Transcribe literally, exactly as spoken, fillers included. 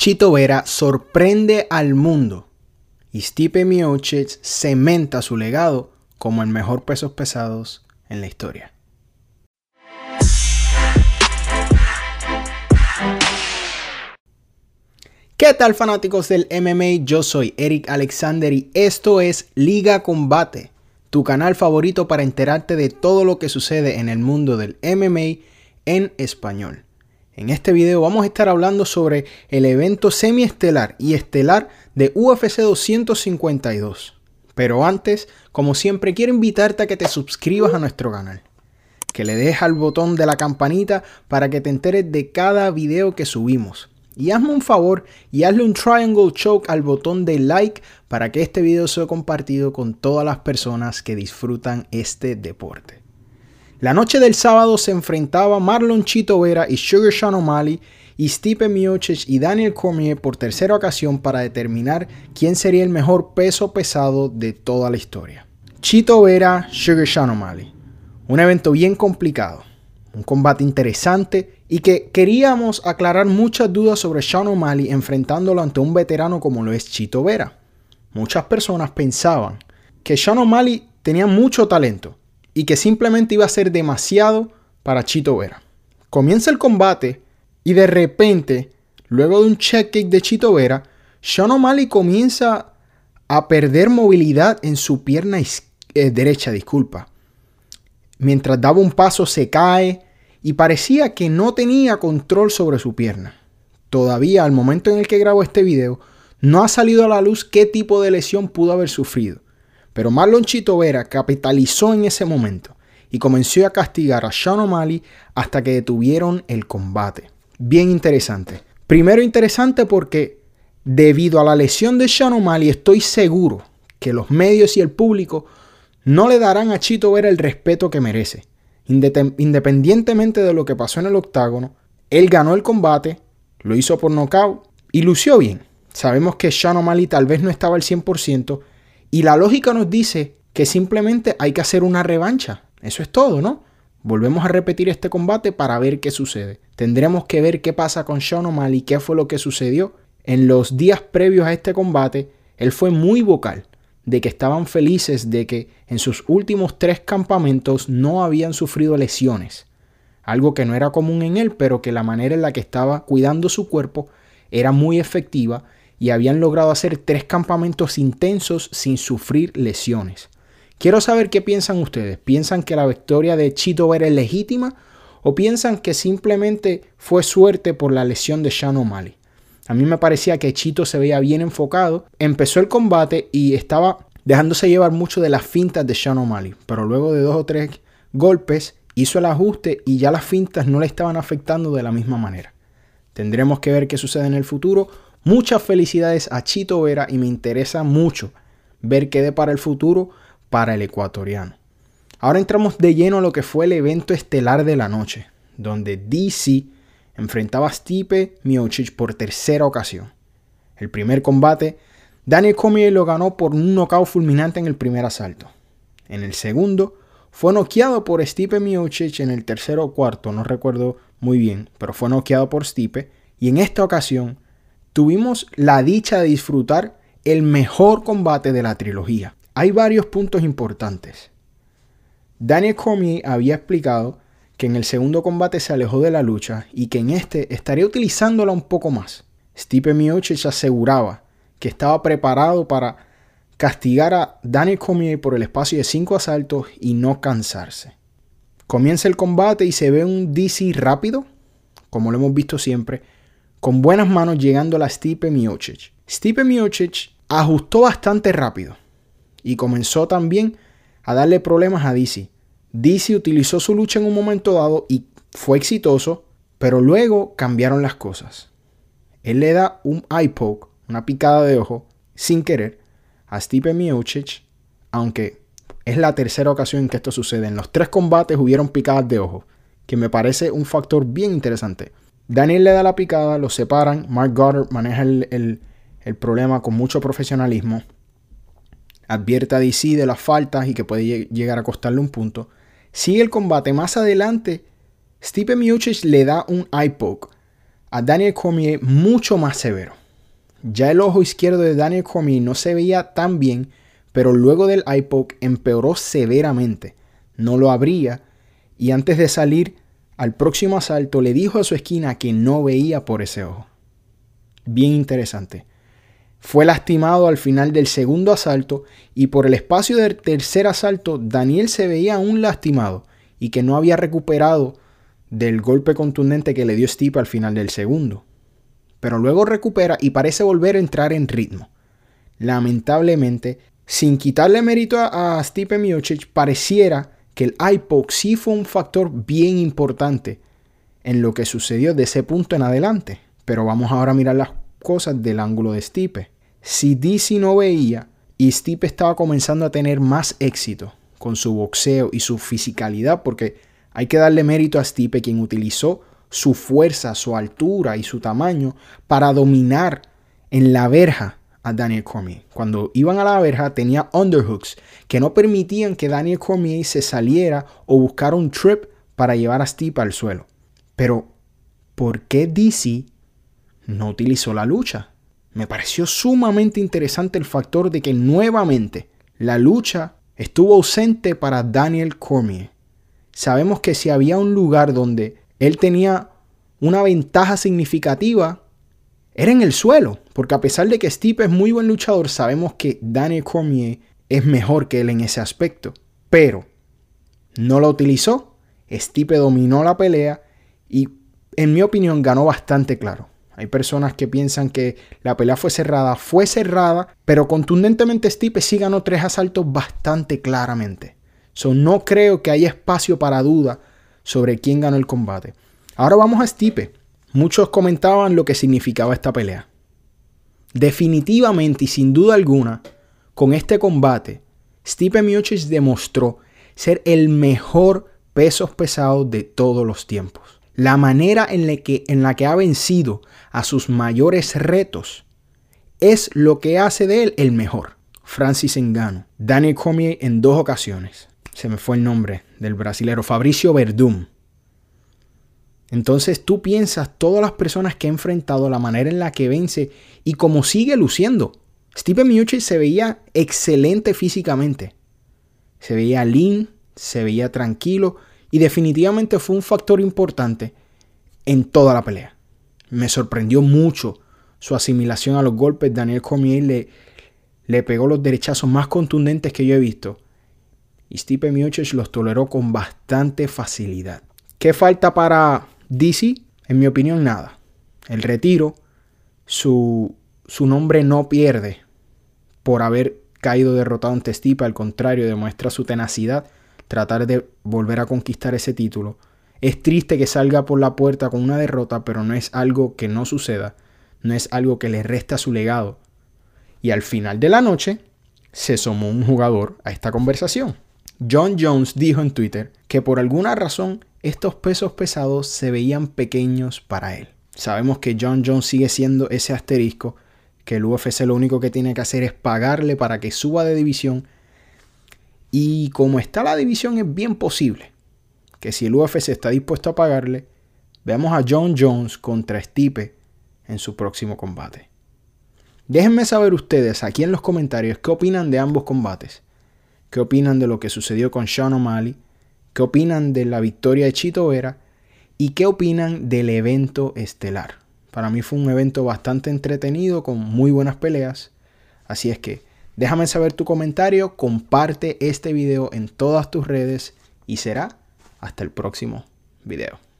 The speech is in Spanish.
Chito Vera sorprende al mundo y Stipe Miocic cementa su legado como el mejor pesos pesados en la historia. ¿Qué tal, fanáticos del M M A? Yo soy Eric Alexander y esto es Liga Combate, tu canal favorito para enterarte de todo lo que sucede en el mundo del M M A en español. En este video vamos a estar hablando sobre el evento semiestelar y estelar de U F C doscientos cincuenta y dos. Pero antes, como siempre, quiero invitarte a que te suscribas a nuestro canal, que le dejes al botón de la campanita para que te enteres de cada video que subimos. Y hazme un favor y hazle un triangle choke al botón de like para que este video sea compartido con todas las personas que disfrutan este deporte. La noche del sábado se enfrentaba Marlon Chito Vera y Sugar Sean O'Malley y Stipe Miocic y Daniel Cormier por tercera ocasión para determinar quién sería el mejor peso pesado de toda la historia. Chito Vera, Sugar Sean O'Malley. Un evento bien complicado, un combate interesante y que queríamos aclarar muchas dudas sobre Sean O'Malley enfrentándolo ante un veterano como lo es Chito Vera. Muchas personas pensaban que Sean O'Malley tenía mucho talento y que simplemente iba a ser demasiado para Chito Vera. Comienza el combate y de repente, luego de un check kick de Chito Vera, Sean O'Malley comienza a perder movilidad en su pierna eh, derecha, disculpa. Mientras daba un paso se cae y parecía que no tenía control sobre su pierna. Todavía al momento en el que grabo este video, no ha salido a la luz qué tipo de lesión pudo haber sufrido. Pero Marlon Chito Vera capitalizó en ese momento y comenzó a castigar a Sean O'Malley hasta que detuvieron el combate. Bien interesante. Primero interesante porque debido a la lesión de Sean O'Malley estoy seguro que los medios y el público no le darán a Chito Vera el respeto que merece. Independientemente de lo que pasó en el octágono, él ganó el combate, lo hizo por nocaut y lució bien. Sabemos que Sean O'Malley tal vez no estaba al cien por ciento y la lógica nos dice que simplemente hay que hacer una revancha. Eso es todo, ¿no? Volvemos a repetir este combate para ver qué sucede. Tendremos que ver qué pasa con Sean O'Malley, qué fue lo que sucedió. En los días previos a este combate, él fue muy vocal de que estaban felices de que en sus últimos tres campamentos no habían sufrido lesiones. Algo que no era común en él, pero que la manera en la que estaba cuidando su cuerpo era muy efectiva y habían logrado hacer tres campamentos intensos sin sufrir lesiones. Quiero saber qué piensan ustedes. ¿Piensan que la victoria de Chito Vera es legítima o piensan que simplemente fue suerte por la lesión de Sean O'Malley? A mí me parecía que Chito se veía bien enfocado. Empezó el combate y estaba dejándose llevar mucho de las fintas de Sean O'Malley. Pero luego de dos o tres golpes hizo el ajuste y ya las fintas no le estaban afectando de la misma manera. Tendremos que ver qué sucede en el futuro. Muchas felicidades a Chito Vera y me interesa mucho ver qué depara el futuro para el ecuatoriano. Ahora entramos de lleno a lo que fue el evento estelar de la noche, donde D C enfrentaba a Stipe Miocic por tercera ocasión. El primer combate, Daniel Cormier lo ganó por un nocaut fulminante en el primer asalto. En el segundo, fue noqueado por Stipe Miocic en el tercero o cuarto, no recuerdo muy bien, pero fue noqueado por Stipe. Y en esta ocasión, tuvimos la dicha de disfrutar el mejor combate de la trilogía. Hay varios puntos importantes. Daniel Cormier había explicado que en el segundo combate se alejó de la lucha y que en este estaría utilizándola un poco más. Stipe Miocic aseguraba que estaba preparado para castigar a Daniel Cormier por el espacio de cinco asaltos y no cansarse. Comienza el combate y se ve un D C rápido, como lo hemos visto siempre, con buenas manos llegando a la Stipe Miocic. Stipe Miocic ajustó bastante rápido y comenzó también a darle problemas a D C. D C utilizó su lucha en un momento dado y fue exitoso, pero luego cambiaron las cosas. Él le da un eye poke, una picada de ojo, sin querer, a Stipe Miocic, aunque es la tercera ocasión en que esto sucede. En los tres combates hubieron picadas de ojo, que me parece un factor bien interesante. Daniel le da la picada, los separan. Mark Goddard maneja el, el, el problema con mucho profesionalismo. Advierte a D C de las faltas y que puede llegar a costarle un punto. Sigue el combate. Más adelante, Stipe Miocic le da un eye poke a Daniel Cormier mucho más severo. Ya el ojo izquierdo de Daniel Cormier no se veía tan bien, pero luego del eye poke empeoró severamente. No lo abría y antes de salir al próximo asalto le dijo a su esquina que no veía por ese ojo. Bien interesante. Fue lastimado al final del segundo asalto y por el espacio del tercer asalto Daniel se veía aún lastimado y que no había recuperado del golpe contundente que le dio Stipe al final del segundo. Pero luego recupera y parece volver a entrar en ritmo. Lamentablemente, sin quitarle mérito a, a Stipe Miocic, pareciera que el eye poke sí fue un factor bien importante en lo que sucedió de ese punto en adelante. Pero vamos ahora a mirar las cosas del ángulo de Stipe. Si D C no veía y Stipe estaba comenzando a tener más éxito con su boxeo y su fisicalidad, porque hay que darle mérito a Stipe, quien utilizó su fuerza, su altura y su tamaño para dominar en la verja a Daniel Cormier. Cuando iban a la verja tenía underhooks que no permitían que Daniel Cormier se saliera o buscara un trip para llevar a Stipe al suelo. Pero, ¿por qué D C no utilizó la lucha? Me pareció sumamente interesante el factor de que nuevamente la lucha estuvo ausente para Daniel Cormier. Sabemos que si había un lugar donde él tenía una ventaja significativa, era en el suelo. Porque a pesar de que Stipe es muy buen luchador, sabemos que Daniel Cormier es mejor que él en ese aspecto. Pero no lo utilizó. Stipe dominó la pelea y, en mi opinión, ganó bastante claro. Hay personas que piensan que la pelea fue cerrada. Fue cerrada, pero contundentemente Stipe sí ganó tres asaltos bastante claramente. So, no creo que haya espacio para duda sobre quién ganó el combate. Ahora vamos a Stipe. Muchos comentaban lo que significaba esta pelea. Definitivamente y sin duda alguna, con este combate, Stipe Miocic demostró ser el mejor pesos pesados de todos los tiempos. La manera en la que, en la que ha vencido a sus mayores retos es lo que hace de él el mejor. Francis Ngannou, Daniel Cormier en dos ocasiones. Se me fue el nombre del brasilero, Fabricio Werdum. Entonces tú piensas todas las personas que ha enfrentado, la manera en la que vence y cómo sigue luciendo. Stipe Miocic se veía excelente físicamente. Se veía lean, se veía tranquilo y definitivamente fue un factor importante en toda la pelea. Me sorprendió mucho su asimilación a los golpes. Daniel Cormier le, le pegó los derechazos más contundentes que yo he visto. Y Stipe Miocic los toleró con bastante facilidad. ¿Qué falta para D C? En mi opinión, nada. El retiro, su, su nombre no pierde por haber caído derrotado ante Stipe. Al contrario, demuestra su tenacidad, tratar de volver a conquistar ese título. Es triste que salga por la puerta con una derrota, pero no es algo que no suceda. No es algo que le resta su legado. Y al final de la noche, se sumó un jugador a esta conversación. Jon Jones dijo en Twitter que por alguna razón estos pesos pesados se veían pequeños para él. Sabemos que Jon Jones sigue siendo ese asterisco, que el U F C lo único que tiene que hacer es pagarle para que suba de división. Y como está la división, es bien posible que si el U F C está dispuesto a pagarle, veamos a Jon Jones contra Stipe en su próximo combate. Déjenme saber ustedes aquí en los comentarios qué opinan de ambos combates. ¿Qué opinan de lo que sucedió con Sean O'Malley? ¿Qué opinan de la victoria de Chito Vera? ¿Y qué opinan del evento estelar? Para mí fue un evento bastante entretenido con muy buenas peleas. Así es que déjame saber tu comentario, comparte este video en todas tus redes y será hasta el próximo video.